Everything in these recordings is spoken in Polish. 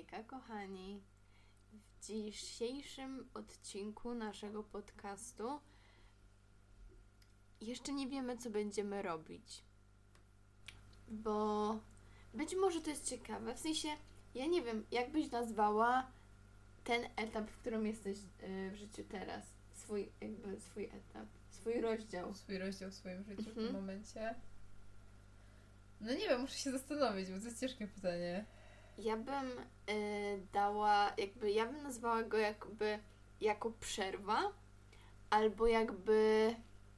Hejka, kochani. W dzisiejszym odcinku naszego podcastu jeszcze nie wiemy, co będziemy robić. Bo być może to jest ciekawe. W sensie, ja nie wiem, jak byś nazwała ten etap, w którym jesteś w życiu teraz. Swój etap, swój rozdział. Swój rozdział w swoim życiu w tym momencie. No nie wiem, muszę się zastanowić, bo to jest ciężkie pytanie. Ja bym ja bym nazwała go jako przerwa, albo jakby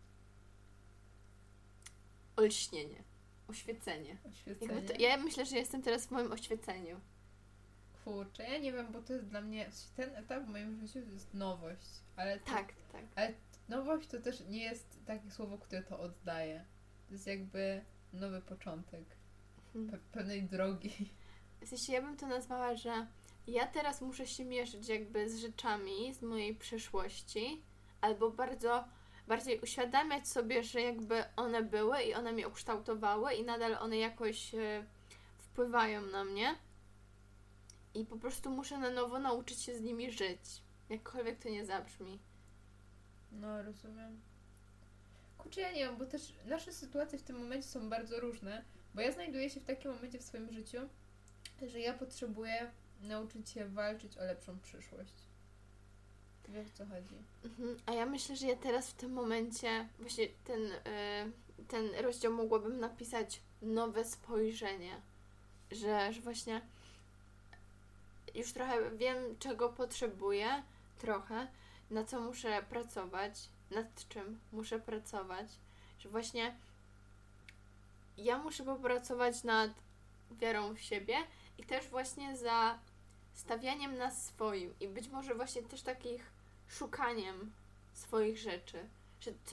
olśnienie, oświecenie. Ja myślę, że jestem teraz w moim oświeceniu. Kurczę, ja nie wiem, bo to jest dla mnie, ten etap w moim życiu to jest nowość. Ale Tak. Ale nowość to też nie jest takie słowo, które to oddaje. To jest jakby nowy początek pewnej drogi. W sensie ja bym to nazwała, że ja teraz muszę się mierzyć jakby z rzeczami z mojej przeszłości, albo bardziej uświadamiać sobie, że jakby one były i one mnie ukształtowały i nadal one jakoś wpływają na mnie i po prostu muszę na nowo nauczyć się z nimi żyć. Jakkolwiek to nie zabrzmi. No, rozumiem. Kurczę, ja nie wiem, bo też nasze sytuacje w tym momencie są bardzo różne, bo ja znajduję się w takim momencie w swoim życiu, że ja potrzebuję nauczyć się walczyć o lepszą przyszłość. Wiesz, o co chodzi? A ja myślę, że ja teraz w tym momencie właśnie ten rozdział mogłabym napisać nowe spojrzenie. Że właśnie już trochę wiem, czego potrzebuję, na co muszę pracować, nad czym muszę pracować. Że właśnie ja muszę popracować nad wiarą w siebie i też właśnie za stawianiem na swoim i być może właśnie też takich szukaniem swoich rzeczy, że co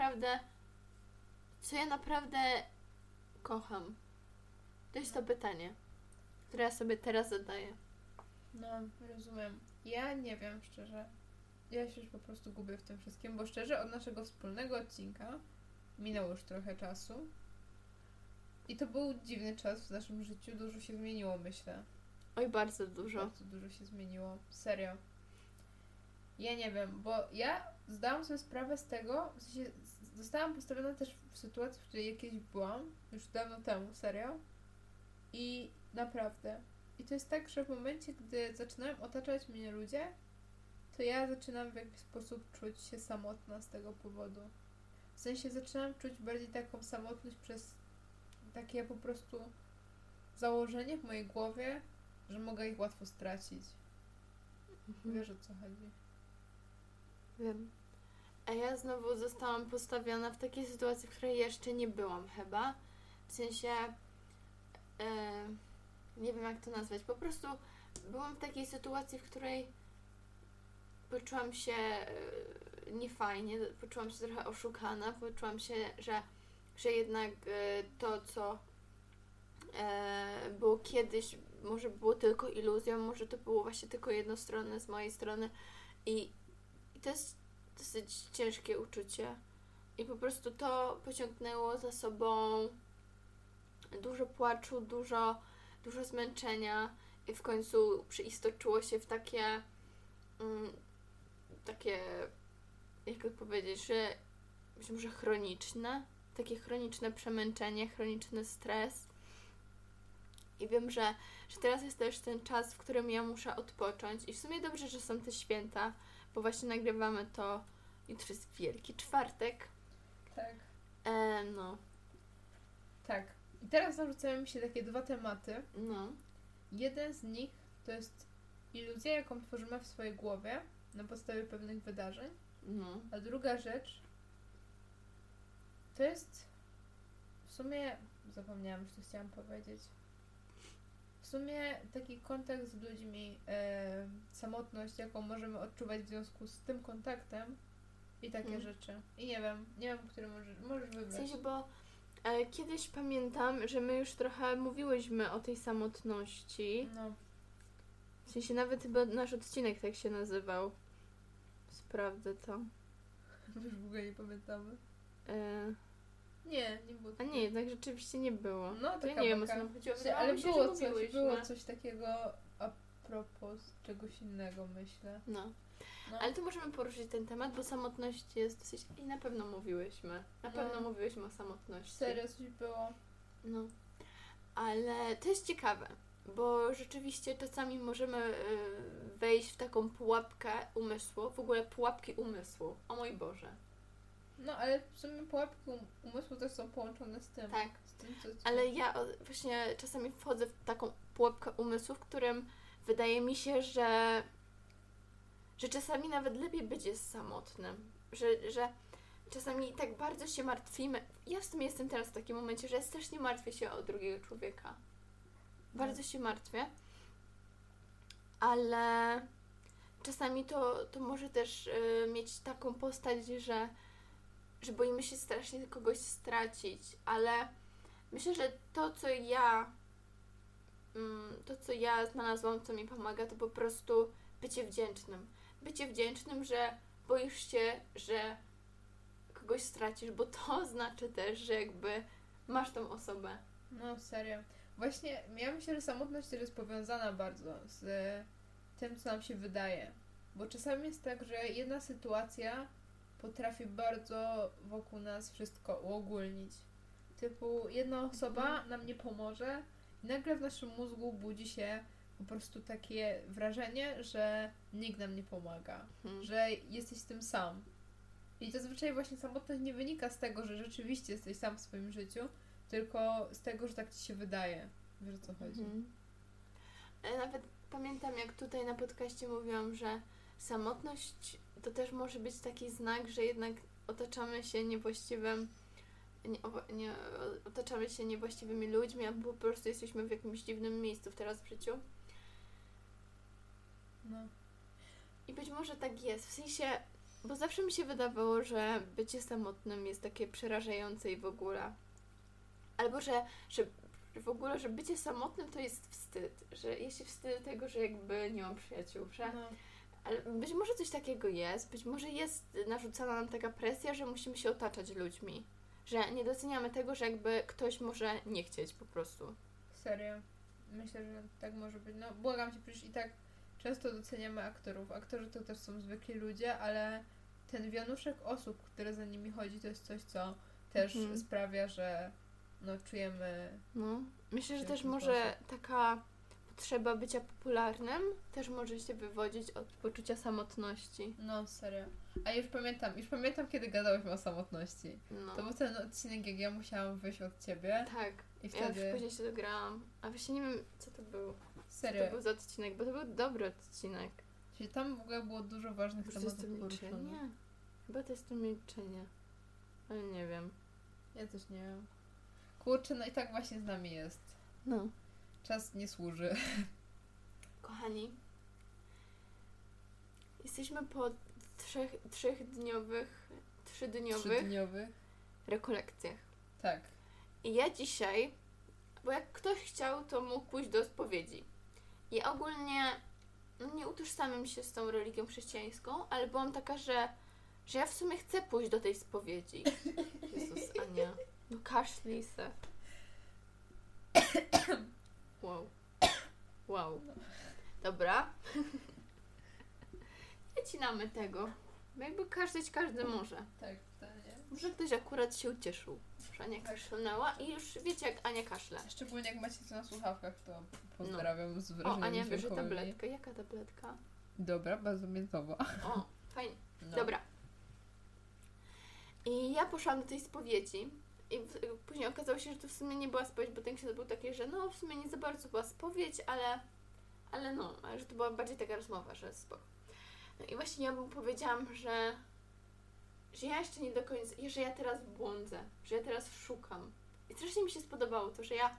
ja naprawdę kocham. To jest to pytanie, które ja sobie teraz zadaję. No, rozumiem. Ja nie wiem, szczerze. Ja się już po prostu gubię w tym wszystkim, bo szczerze od naszego wspólnego odcinka minęło już trochę czasu. I to był dziwny czas w naszym życiu. Dużo się zmieniło, myślę. Oj, bardzo dużo. Bardzo dużo się zmieniło. Serio. Ja nie wiem, bo ja zdałam sobie sprawę z tego, w sensie zostałam postawiona też w sytuacji, w której jakieś byłam, już dawno temu, serio. I naprawdę. I to jest tak, że w momencie, gdy zaczynają otaczać mnie ludzie, to ja zaczynam w jakiś sposób czuć się samotna z tego powodu. W sensie zaczynam czuć bardziej taką samotność przez takie po prostu założenie w mojej głowie, że mogę ich łatwo stracić. Wiesz, o co chodzi? Wiem. A ja znowu zostałam postawiona w takiej sytuacji, w której jeszcze nie byłam chyba. W sensie nie wiem, jak to nazwać. Po prostu byłam w takiej sytuacji, w której poczułam się niefajnie, poczułam się trochę oszukana, poczułam się, że jednak to, co było kiedyś, może było tylko iluzją, może to było właśnie tylko jednostronne z mojej strony i to jest dosyć ciężkie uczucie i po prostu to pociągnęło za sobą dużo płaczu, dużo zmęczenia i w końcu przeistoczyło się w takie jakby powiedzieć, że być może takie chroniczne przemęczenie, chroniczny stres. I wiem, że teraz jest też ten czas, w którym ja muszę odpocząć i w sumie dobrze, że są te święta, bo właśnie nagrywamy to, jutro jest Wielki Czwartek. Tak. No. Tak. I teraz narzucają mi się takie dwa tematy. No. Jeden z nich to jest iluzja, jaką tworzymy w swojej głowie na podstawie pewnych wydarzeń. No. A druga rzecz to jest w sumie, zapomniałam już, co chciałam powiedzieć. W sumie taki kontakt z ludźmi, samotność, jaką możemy odczuwać w związku z tym kontaktem i takie rzeczy. I nie wiem, który możesz wybrać. W sensie, bo kiedyś pamiętam, że my już trochę mówiłyśmy o tej samotności. No. W sensie nawet chyba nasz odcinek tak się nazywał. Sprawdzę to. Już w ogóle nie pamiętamy. Nie było. A nie, jednak rzeczywiście nie było. No, to ja nie wiem, o co nam chodziło. Ale było coś takiego propos czegoś innego, myślę. No. No. Ale tu możemy poruszyć ten temat, bo samotność jest dosyć... I na pewno mówiłyśmy. Na pewno mówiłyśmy o samotności. Serio coś było? No. Ale to jest ciekawe, bo rzeczywiście czasami możemy wejść w taką pułapkę umysłu, w ogóle pułapki umysłu. O mój Boże. No, ale w sumie pułapki umysłu też są połączone z tym. Tak. Z tym, co... Ale ja właśnie czasami wchodzę w taką pułapkę umysłu, w którym wydaje mi się, że czasami nawet lepiej być jest samotnym. Że czasami tak bardzo się martwimy. Ja w sumie jestem teraz w takim momencie, że ja strasznie martwię się o drugiego człowieka. Bardzo się martwię. Ale czasami to może też mieć taką postać, że boimy się strasznie kogoś stracić, ale myślę, że to, co ja znalazłam, co mi pomaga, to po prostu bycie wdzięcznym. Bycie wdzięcznym, że boisz się, że kogoś stracisz, bo to znaczy też, że jakby masz tą osobę. No, serio. Właśnie, ja myślę, że samotność też jest powiązana bardzo z tym, co nam się wydaje. Bo czasami jest tak, że jedna sytuacja potrafi bardzo wokół nas wszystko uogólnić. Typu, jedna osoba nam nie pomoże i nagle w naszym mózgu budzi się po prostu takie wrażenie, że nikt nam nie pomaga. Że jesteś z tym sam. I zazwyczaj właśnie samotność nie wynika z tego, że rzeczywiście jesteś sam w swoim życiu, tylko z tego, że tak ci się wydaje. Wiesz, o co chodzi. Nawet pamiętam, jak tutaj na podcaście mówiłam, że samotność to też może być taki znak, że jednak otaczamy się otaczamy się niewłaściwymi ludźmi, albo po prostu jesteśmy w jakimś dziwnym miejscu teraz w życiu. No. I być może tak jest. W sensie, bo zawsze mi się wydawało, że bycie samotnym jest takie przerażające i w ogóle. Albo, że w ogóle, że bycie samotnym to jest wstyd. Że ja się wstydzę tego, że jakby nie mam przyjaciół, że... No. Ale być może coś takiego jest. Być może jest narzucana nam taka presja, że musimy się otaczać ludźmi. Że nie doceniamy tego, że jakby ktoś może nie chcieć po prostu. Serio. Myślę, że tak może być. No, błagam cię, przecież i tak często doceniamy aktorów. Aktorzy to też są zwykli ludzie, ale ten wianuszek osób, które za nimi chodzi, to jest coś, co też sprawia, że czujemy... No. Myślę, że też ten może sposób. taka potrzeba bycia popularnym też może się wywodzić od poczucia samotności. No, serio. A już pamiętam, kiedy gadałyśmy o samotności. No. To był ten odcinek, jak ja musiałam wyjść od ciebie. Tak. I Ja już wtedy... później się dograłam. A właśnie nie wiem, co to był. Serio. Co to był za odcinek, bo to był dobry odcinek. Czyli tam w ogóle było dużo ważnych Może to jest tematów to poruszonych. milczenie? Chyba to jest to milczenie. Ale nie wiem. Ja też nie wiem. Kurczę, no i tak właśnie z nami jest. No. Czas nie służy. Kochani, jesteśmy po trzydniowych Trzydniowy. rekolekcjach. Tak. I ja dzisiaj, bo jak ktoś chciał, to mógł pójść do spowiedzi. I ogólnie nie utożsamiam się z tą religią chrześcijańską, ale byłam taka, że ja w sumie chcę pójść do tej spowiedzi. Jezus, Ania. No kaszlij se. Wow. Dobra. Wycinamy tego. Bo jakby kaszleć każdy może. Tak, pytanie. Może ktoś akurat się ucieszył, że Ania kaszlnęła i już wiecie, jak Ania kaszle. Szczególnie jak macie to na słuchawkach, to pozdrawiam z O, wrażeniami Ania bierze dźwiękowymi. tabletkę. Jaka tabletka? Dobra, bezomiętowa. O, fajnie. No. Dobra. I ja poszłam do tej spowiedzi i później okazało się, że to w sumie nie była spowiedź, bo ten ksiądz był taki, że no w sumie nie za bardzo była spowiedź, ale że to była bardziej taka rozmowa, że spoko. No i właśnie ja mu powiedziałam, że ja jeszcze nie do końca, że ja teraz błądzę, że ja teraz szukam. I strasznie mi się spodobało to, że ja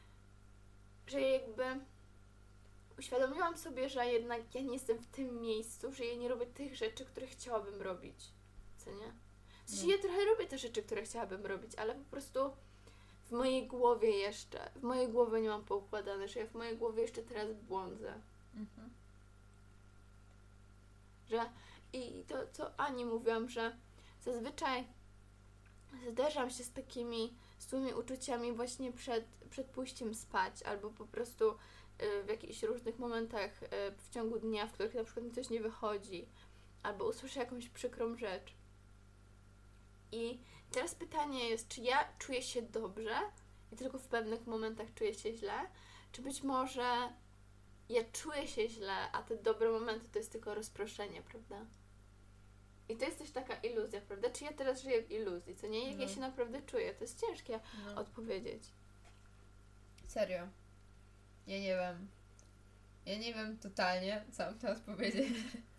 jakby uświadomiłam sobie, że jednak ja nie jestem w tym miejscu, że ja nie robię tych rzeczy, które chciałabym robić. Co nie? W sensie ja trochę robię te rzeczy, które chciałabym robić, ale po prostu w mojej głowie nie mam poukładane, że ja w mojej głowie jeszcze teraz błądzę. Mhm. I to, co Ani mówiłam, że zazwyczaj zderzam się z tymi uczuciami właśnie przed pójściem spać, albo po prostu jakichś różnych momentach w ciągu dnia, w których na przykład mi coś nie wychodzi, albo usłyszę jakąś przykrą rzecz. I teraz pytanie jest, czy ja czuję się dobrze i tylko w pewnych momentach czuję się źle, czy być może ja czuję się źle, a te dobre momenty to jest tylko rozproszenie, prawda? I to jest też taka iluzja, prawda? Czy ja teraz żyję w iluzji, co nie? Jak ja się naprawdę czuję? To jest ciężkie odpowiedzieć. Serio. Ja nie wiem. Ja nie wiem totalnie, co mam teraz powiedzieć.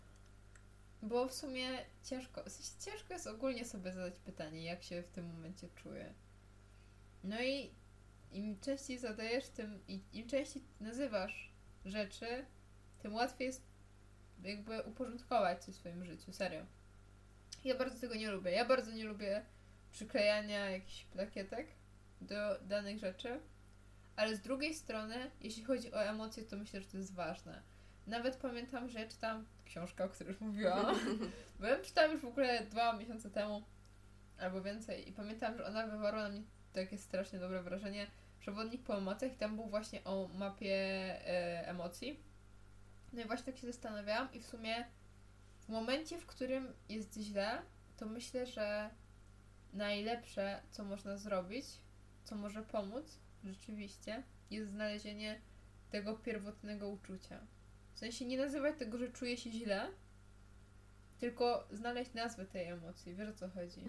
Bo w sumie ciężko jest ogólnie sobie zadać pytanie, jak się w tym momencie czuję. No i im częściej zadajesz im częściej nazywasz rzeczy, tym łatwiej jest jakby uporządkować coś w swoim życiu, serio. Ja bardzo tego nie lubię. Ja bardzo nie lubię przyklejania jakichś plakietek do danych rzeczy, ale z drugiej strony, jeśli chodzi o emocje, to myślę, że to jest ważne. Nawet pamiętam, że ja czytałam książkę, o której już mówiłam, bo ja czytałam już w ogóle 2 miesiące temu, albo więcej, i pamiętam, że ona wywarła na mnie takie strasznie dobre wrażenie. Przewodnik po emocjach i tam był właśnie o mapie emocji. No i właśnie tak się zastanawiałam i w sumie w momencie, w którym jest źle, to myślę, że najlepsze, co można zrobić, co może pomóc rzeczywiście, jest znalezienie tego pierwotnego uczucia. W sensie nie nazywać tego, że czuję się źle, tylko znaleźć nazwę tej emocji. Wiesz, o co chodzi?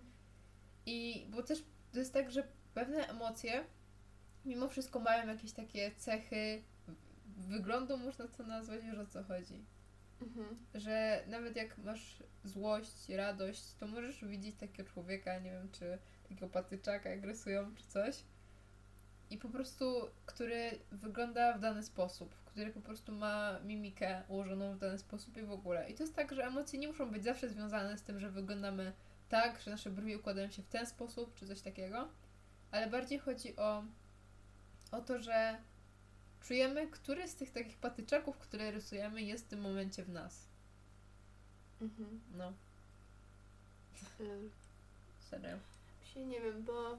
I bo też to jest tak, że pewne emocje mimo wszystko mają jakieś takie cechy wyglądu, można to nazwać, wiesz, o co chodzi. Że nawet jak masz złość, radość, to możesz widzieć takiego człowieka, nie wiem, czy takiego patyczaka, jak rysują, czy coś. I po prostu, który wygląda w dany sposób, który po prostu ma mimikę ułożoną w dany sposób i w ogóle. I to jest tak, że emocje nie muszą być zawsze związane z tym, że wyglądamy tak, że nasze brwi układają się w ten sposób, czy coś takiego. Ale bardziej chodzi o to, że czujemy, który z tych takich patyczaków, które rysujemy, jest w tym momencie w nas. No. Serio. Nie wiem, bo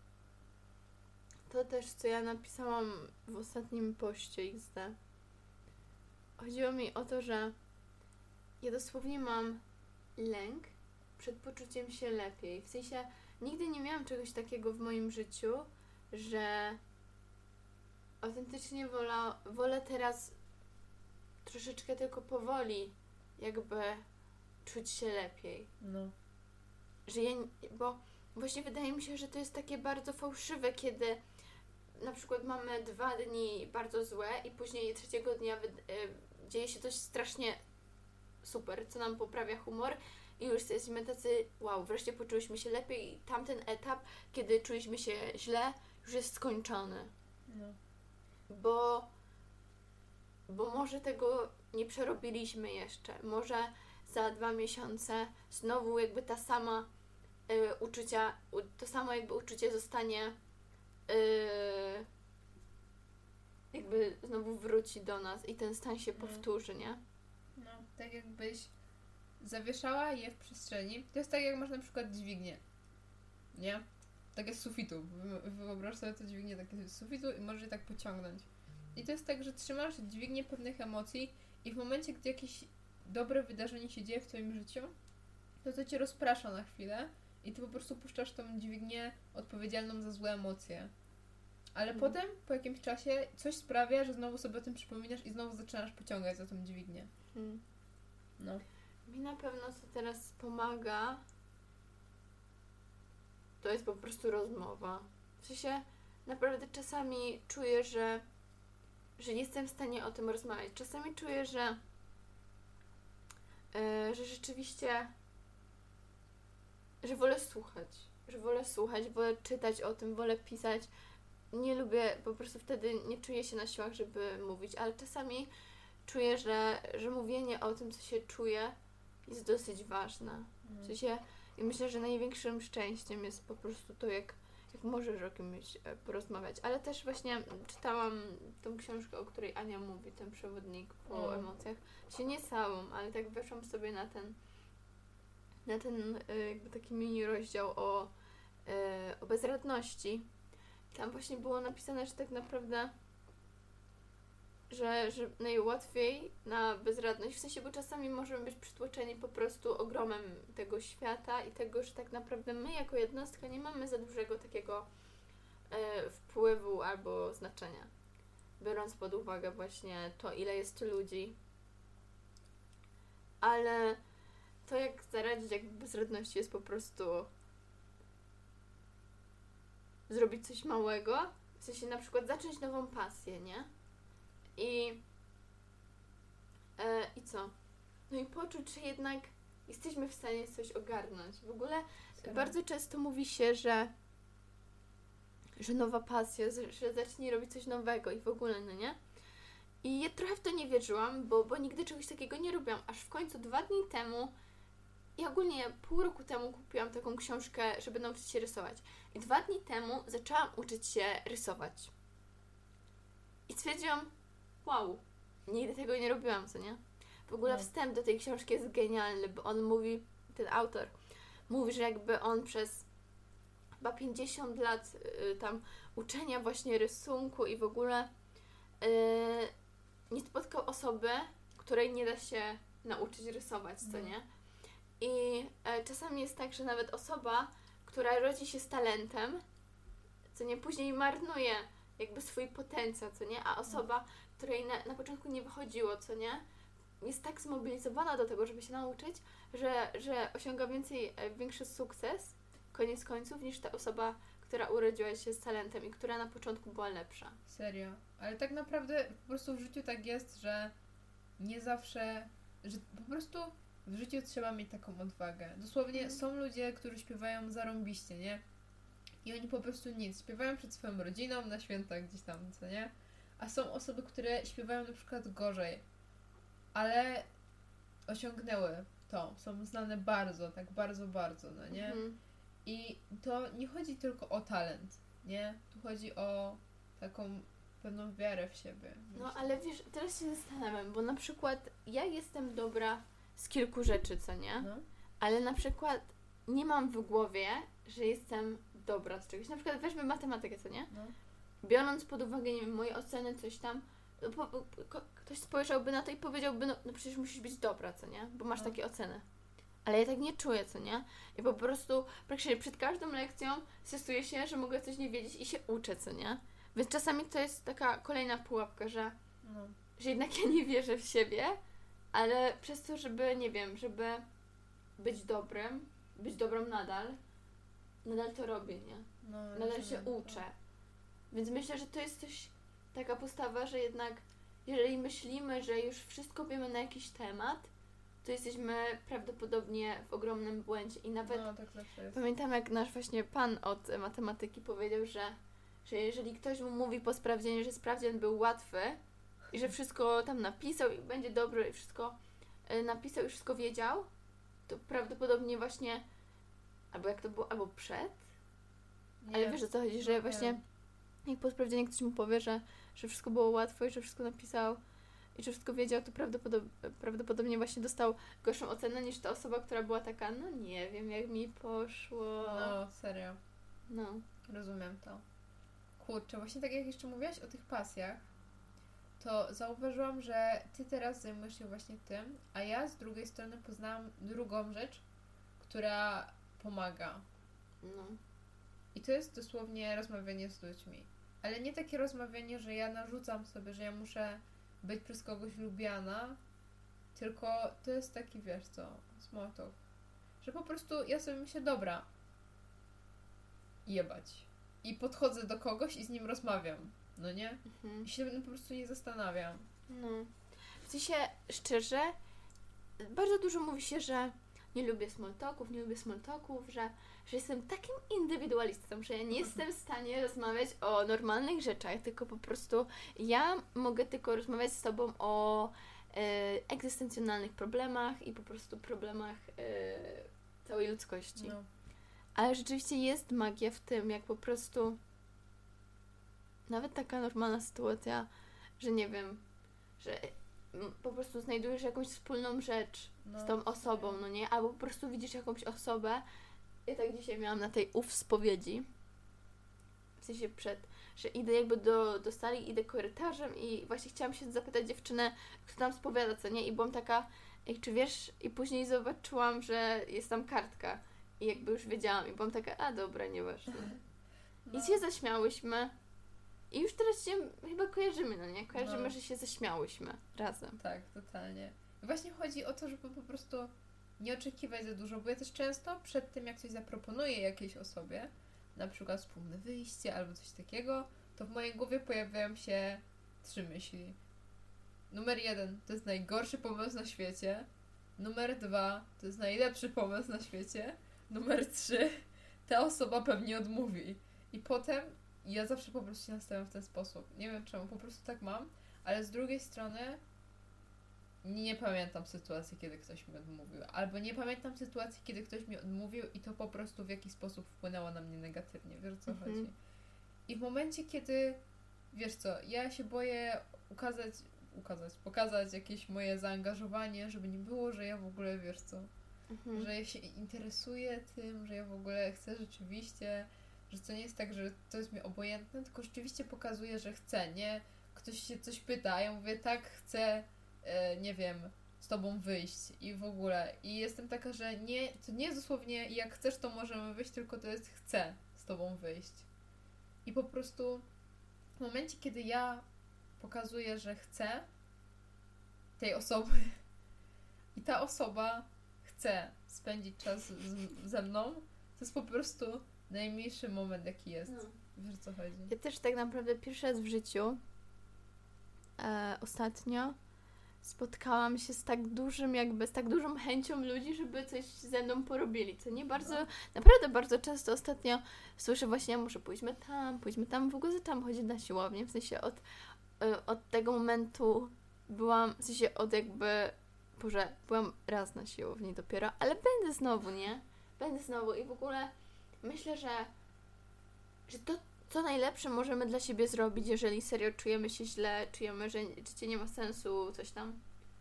to też, co ja napisałam w ostatnim poście XD. Chodziło mi o to, że ja dosłownie mam lęk przed poczuciem się lepiej. W sensie nigdy nie miałam czegoś takiego w moim życiu, że autentycznie wolę teraz troszeczkę tylko powoli jakby czuć się lepiej. No. Że bo właśnie wydaje mi się, że to jest takie bardzo fałszywe, kiedy na przykład mamy 2 dni bardzo złe i później 3 dnia dzieje się coś strasznie super, co nam poprawia humor i już jesteśmy tacy, wow, wreszcie poczuliśmy się lepiej i tamten etap, kiedy czuliśmy się źle, już jest skończony. No. Bo może tego nie przerobiliśmy jeszcze. Może za 2 miesiące znowu jakby ta sama to samo jakby uczucie zostanie jakby znowu wróci do nas i ten stan się powtórzy, nie? No, tak jakbyś zawieszała je w przestrzeni. To jest tak, jak masz na przykład dźwignię, nie? Takie z sufitu. Wyobraź sobie to dźwignię takie z sufitu i możesz je tak pociągnąć. I to jest tak, że trzymasz dźwignię pewnych emocji i w momencie, gdy jakieś dobre wydarzenie się dzieje w twoim życiu, to cię rozprasza na chwilę i ty po prostu puszczasz tą dźwignię odpowiedzialną za złe emocje. Ale potem, po jakimś czasie, coś sprawia, że znowu sobie o tym przypominasz i znowu zaczynasz pociągać za tą dźwignię. No. Mi na pewno co teraz pomaga, to jest po prostu rozmowa. W sensie naprawdę czasami czuję, że jestem w stanie o tym rozmawiać. Czasami czuję, że rzeczywiście, że wolę słuchać, wolę czytać o tym, wolę pisać. Nie lubię, po prostu wtedy nie czuję się na siłach, żeby mówić, ale czasami czuję, że mówienie o tym, co się czuje, jest dosyć ważne. W sensie, i myślę, że największym szczęściem jest po prostu to, jak możesz o kimś porozmawiać. Ale też właśnie czytałam tą książkę, o której Ania mówi, ten przewodnik po emocjach. Się nie całą, ale tak weszłam sobie na ten jakby taki mini rozdział o bezradności. Tam właśnie było napisane, że tak naprawdę, że najłatwiej na bezradność, w sensie, bo czasami możemy być przytłoczeni po prostu ogromem tego świata i tego, że tak naprawdę my jako jednostka nie mamy za dużego takiego wpływu albo znaczenia. Biorąc pod uwagę właśnie to, ile jest ludzi. Ale to, jak zaradzić jakby bezradności, jest po prostu zrobić coś małego, w sensie na przykład zacząć nową pasję, nie? I co? No i poczuć, że jednak jesteśmy w stanie coś ogarnąć. W ogóle bardzo często mówi się, że nowa pasja, że zacznij robić coś nowego i w ogóle, no nie? I ja trochę w to nie wierzyłam, bo nigdy czegoś takiego nie robiłam, aż w końcu 2 dni temu i ogólnie pół roku temu kupiłam taką książkę, żeby nauczyć się rysować. I 2 dni temu zaczęłam uczyć się rysować. I stwierdziłam, wow, nigdy tego nie robiłam, co nie? W ogóle wstęp do tej książki jest genialny, bo on mówi, ten autor mówi, że jakby on przez chyba 50 lat tam uczenia właśnie rysunku i w ogóle nie spotkał osoby, której nie da się nauczyć rysować, co nie? I czasami jest tak, że nawet osoba, która rodzi się z talentem, co nie, później marnuje jakby swój potencjał, co nie? A osoba, której na początku nie wychodziło, co nie? Jest tak zmobilizowana do tego, żeby się nauczyć, że osiąga większy sukces, koniec końców, niż ta osoba, która urodziła się z talentem i która na początku była lepsza. Serio. Ale tak naprawdę po prostu w życiu tak jest, że nie zawsze, że po prostu w życiu trzeba mieć taką odwagę. Dosłownie są ludzie, którzy śpiewają zarąbiście, nie? I oni po prostu nic. Śpiewają przed swoją rodziną, na święta gdzieś tam, co nie? A są osoby, które śpiewają na przykład gorzej, ale osiągnęły to. Są znane bardzo, tak bardzo, bardzo, no nie? I to nie chodzi tylko o talent, nie? Tu chodzi o taką pewną wiarę w siebie. No ale wiesz, teraz się zastanawiam, bo na przykład ja jestem dobra z kilku rzeczy, co nie? No. Ale na przykład nie mam w głowie, że jestem dobra z czegoś. Na przykład weźmy matematykę, co nie? No. Biorąc pod uwagę, nie wiem, moje oceny, coś tam, ktoś spojrzałby na to i powiedziałby, no przecież musisz być dobra, co nie? Bo masz takie oceny. Ale ja tak nie czuję, co nie? I po prostu praktycznie przed każdą lekcją stresuję się, że mogę coś nie wiedzieć i się uczę, co nie? Więc czasami to jest taka kolejna pułapka, że jednak ja nie wierzę w siebie, ale przez to, żeby, nie wiem, żeby być dobrym, być dobrą nadal to robię, nie? Nadal się uczę. Więc myślę, że to jest coś, taka postawa, że jednak jeżeli myślimy, że już wszystko wiemy na jakiś temat, to jesteśmy prawdopodobnie w ogromnym błędzie. I nawet tak zawsze jest. Pamiętam, jak nasz właśnie pan od matematyki powiedział, że jeżeli ktoś mu mówi po sprawdzianie, że sprawdzian był łatwy i że wszystko tam napisał i będzie dobry i wszystko napisał i wszystko wiedział, to prawdopodobnie właśnie albo jak to było, albo przed. Nie. Ale wiesz, o co chodzi, że właśnie jak po sprawdzianie ktoś mu powie, że wszystko było łatwo i że wszystko napisał i że wszystko wiedział, to prawdopodobnie właśnie dostał gorszą ocenę niż ta osoba, która była taka, no nie wiem, jak mi poszło. No, serio. No. Rozumiem to. Kurczę, właśnie tak jak jeszcze mówiłaś o tych pasjach, to zauważyłam, że ty teraz zajmujesz się właśnie tym, a ja z drugiej strony poznałam drugą rzecz, która pomaga. No. I to jest dosłownie rozmawianie z ludźmi. Ale nie takie rozmawianie, że ja narzucam sobie, że ja muszę być przez kogoś lubiana, tylko to jest taki, wiesz co, small talk. Że po prostu ja sobie myślę, dobra, jebać. I podchodzę do kogoś i z nim rozmawiam, no nie? I się po prostu nie zastanawiam. No. W sensie, szczerze, bardzo dużo mówi się, że nie lubię small talków, że jestem takim indywidualistą, że ja nie jestem w stanie rozmawiać o normalnych rzeczach, tylko po prostu ja mogę tylko rozmawiać z tobą o egzystencjonalnych problemach i po prostu problemach całej ludzkości. No. Ale rzeczywiście jest magia w tym, jak po prostu nawet taka normalna sytuacja, że nie wiem, że po prostu znajdujesz jakąś wspólną rzecz z tą osobą, no nie? Albo po prostu widzisz jakąś osobę. Ja tak dzisiaj miałam na tej spowiedzi. W sensie że idę jakby do sali, idę korytarzem i właśnie chciałam się zapytać dziewczynę, kto tam spowiada, co nie? I byłam taka, ej, czy wiesz? I później zobaczyłam, że jest tam kartka. I jakby już wiedziałam. I byłam taka, a dobra, nieważne. No. I się zaśmiałyśmy. I już teraz się chyba kojarzymy, no nie? Kojarzymy, No. że się zaśmiałyśmy razem. Tak, totalnie. I właśnie chodzi o to, żeby po prostu nie oczekiwać za dużo, bo ja też często przed tym, jak coś zaproponuję jakiejś osobie, na przykład wspólne wyjście albo coś takiego, to w mojej głowie pojawiają się 3 myśli. Numer 1 to jest najgorszy pomysł na świecie. Numer 2 to jest najlepszy pomysł na świecie. Numer 3 ta osoba pewnie odmówi. I potem ja zawsze po prostu się nastawiam w ten sposób. Nie wiem czemu, po prostu tak mam, ale z drugiej strony nie pamiętam sytuacji, kiedy ktoś mi odmówił. Albo nie pamiętam sytuacji, kiedy ktoś mi odmówił i to po prostu w jakiś sposób wpłynęło na mnie negatywnie. Wiesz, o co chodzi? I w momencie, kiedy, wiesz co, ja się boję pokazać jakieś moje zaangażowanie, żeby nie było, że ja w ogóle, wiesz co, że ja się interesuję tym, że ja w ogóle chcę rzeczywiście, że to nie jest tak, że to jest mi obojętne, tylko rzeczywiście pokazuję, że chcę, nie? Ktoś się coś pyta, a ja mówię, tak, chcę, nie wiem, z tobą wyjść i w ogóle. I jestem taka, że nie, to nie jest dosłownie jak chcesz, to możemy wyjść, tylko to jest chcę z tobą wyjść. I po prostu w momencie, kiedy ja pokazuję, że chcę tej osoby i ta osoba chce spędzić czas ze mną, to jest po prostu najmniejszy moment, jaki jest. No. Wiesz, o co chodzi? Ja też tak naprawdę pierwszy raz w życiu ostatnio spotkałam się z tak dużą chęcią ludzi, żeby coś ze mną porobili, co nie bardzo, naprawdę bardzo często ostatnio słyszę właśnie, muszę pójdźmy tam, w ogóle zaczęłam chodzić na siłownię, w sensie od tego momentu byłam, w sensie byłam raz na siłowni dopiero, ale będę znowu, nie? Będę znowu i w ogóle myślę, że to, co najlepsze możemy dla siebie zrobić, jeżeli serio czujemy się źle, czujemy, że życie nie ma sensu, coś tam.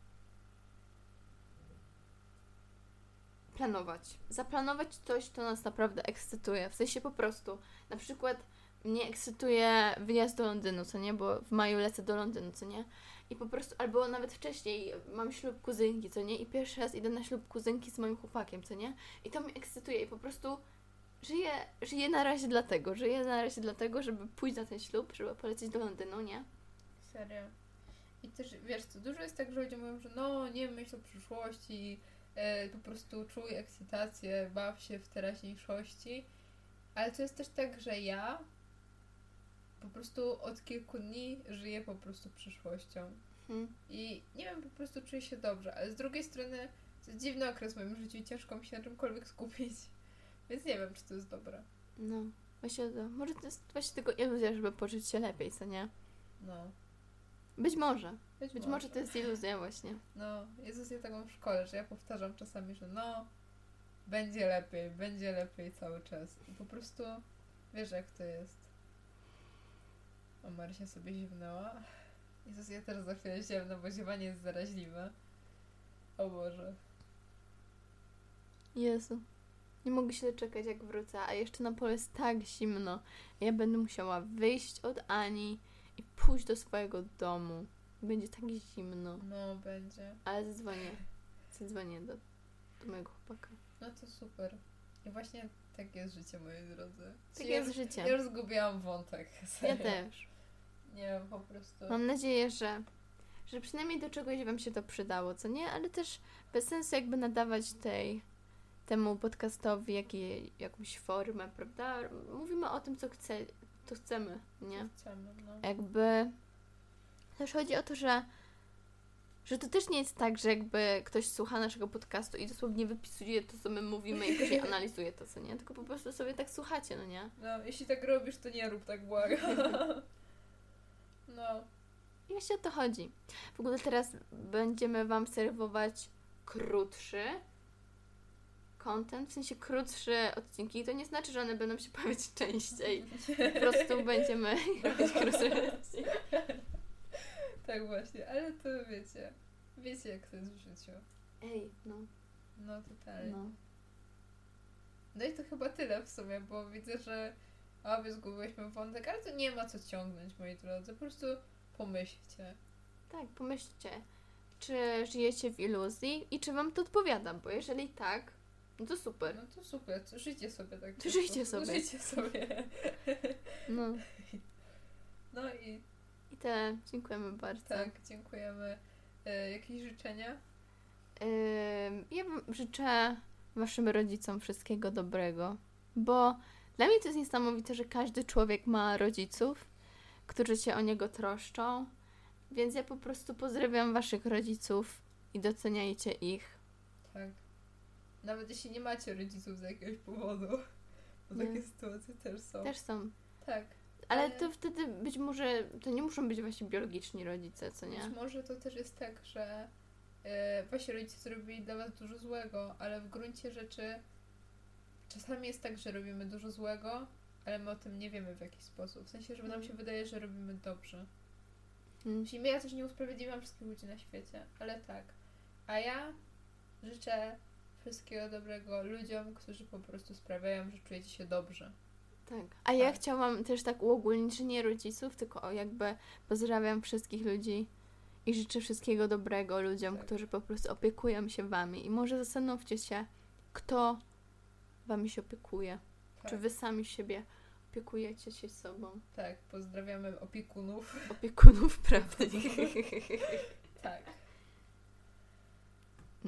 Planować. Zaplanować coś, co nas naprawdę ekscytuje. W sensie po prostu. Na przykład mnie ekscytuje wyjazd do Londynu, co nie? Bo w maju lecę do Londynu, co nie? I po prostu, albo nawet wcześniej mam ślub kuzynki, co nie? I pierwszy raz idę na ślub kuzynki z moim chłopakiem, co nie? I to mnie ekscytuje i po prostu żyję na razie dlatego, żeby pójść na ten ślub, żeby polecieć do Londynu, nie? Serio. I też, wiesz co, dużo jest tak, że ludzie mówią, że no, nie myśl o przyszłości, po prostu czuj ekscytację, baw się w teraźniejszości, ale to jest też tak, że ja po prostu od kilku dni żyję po prostu przyszłością. I nie wiem, po prostu czuję się dobrze, ale z drugiej strony to jest dziwny okres w moim życiu i ciężko mi się na czymkolwiek skupić. Więc nie wiem, czy to jest dobre. No, może to jest właśnie tylko iluzja, żeby poczuć się lepiej, co nie? No. Być może to jest iluzja właśnie. No, Jezus, ja taką w szkole, że ja powtarzam czasami, że no, będzie lepiej cały czas. I po prostu wiesz, jak to jest. O, Marysia sobie ziewnęła. Jezus, ja też za chwilę ziewnę, bo ziewanie jest zaraźliwe. O Boże. Jezu. Nie mogę się doczekać, jak wrócę, a jeszcze na polu jest tak zimno. Ja będę musiała wyjść od Ani i pójść do swojego domu. Będzie tak zimno. No, będzie. Ale zadzwonię do mojego chłopaka. No to super. I właśnie tak jest życie, moi drodzy. Tak jest życie. Ja już zgubiłam wątek. Serio. Ja też. Nie wiem, po prostu. Mam nadzieję, że przynajmniej do czegoś wam się to przydało, co nie? Ale też bez sensu jakby nadawać temu podcastowi jakąś formę, prawda? Mówimy o tym, co chcemy, nie? Chcemy, no. Jakby też chodzi o to, że to też nie jest tak, że jakby ktoś słucha naszego podcastu i dosłownie wypisuje to, co my mówimy i później analizuje to, co nie? Tylko po prostu sobie tak słuchacie, no nie? No, jeśli tak robisz, to nie rób tak, błagam. No. I właśnie o to chodzi. W ogóle teraz będziemy wam serwować krótszy content, w sensie krótsze odcinki. To nie znaczy, że one będą się pojawiać częściej. Po prostu będziemy robić krótsze odcinki. Tak właśnie, ale to wiecie jak to jest w życiu. Ej, no. No, totalnie. No. No i to chyba tyle w sumie, bo widzę, że obie zgubiłyśmy wątek, ale to nie ma co ciągnąć, moi drodzy. Po prostu pomyślcie. Tak, pomyślcie, czy żyjecie w iluzji i czy wam to odpowiada, bo jeżeli tak, no to super. No to super, to żyjcie sobie tak. To żyjcie sobie. Żyjcie sobie. No No i i tyle. Dziękujemy bardzo. tak, dziękujemy. Jakieś życzenia? Ja życzę waszym rodzicom wszystkiego dobrego, bo dla mnie to jest niesamowite, że każdy człowiek ma rodziców, którzy się o niego troszczą, więc ja po prostu pozdrawiam waszych rodziców i doceniajcie ich. Tak. Nawet jeśli nie macie rodziców z jakiegoś powodu, bo Nie. takie sytuacje też są. Też są. Tak. Ale to wtedy być może, to nie muszą być właśnie biologiczni rodzice, co nie? Być może to też jest tak, że wasi rodzice zrobili dla was dużo złego, ale w gruncie rzeczy czasami jest tak, że robimy dużo złego, ale my o tym nie wiemy w jakiś sposób. W sensie, że nam się wydaje, że robimy dobrze. Czyli ja też nie usprawiedliwiam wszystkich ludzi na świecie, ale tak. A ja życzę wszystkiego dobrego ludziom, którzy po prostu sprawiają, że czujecie się dobrze. Tak. A ja chciałam też tak uogólnić, że nie rodziców, tylko jakby pozdrawiam wszystkich ludzi i życzę wszystkiego dobrego ludziom, którzy po prostu opiekują się wami. I może zastanówcie się, kto wami się opiekuje. Tak. Czy wy sami siebie opiekujecie się sobą. Tak, pozdrawiamy opiekunów. Opiekunów prawnych. Tak.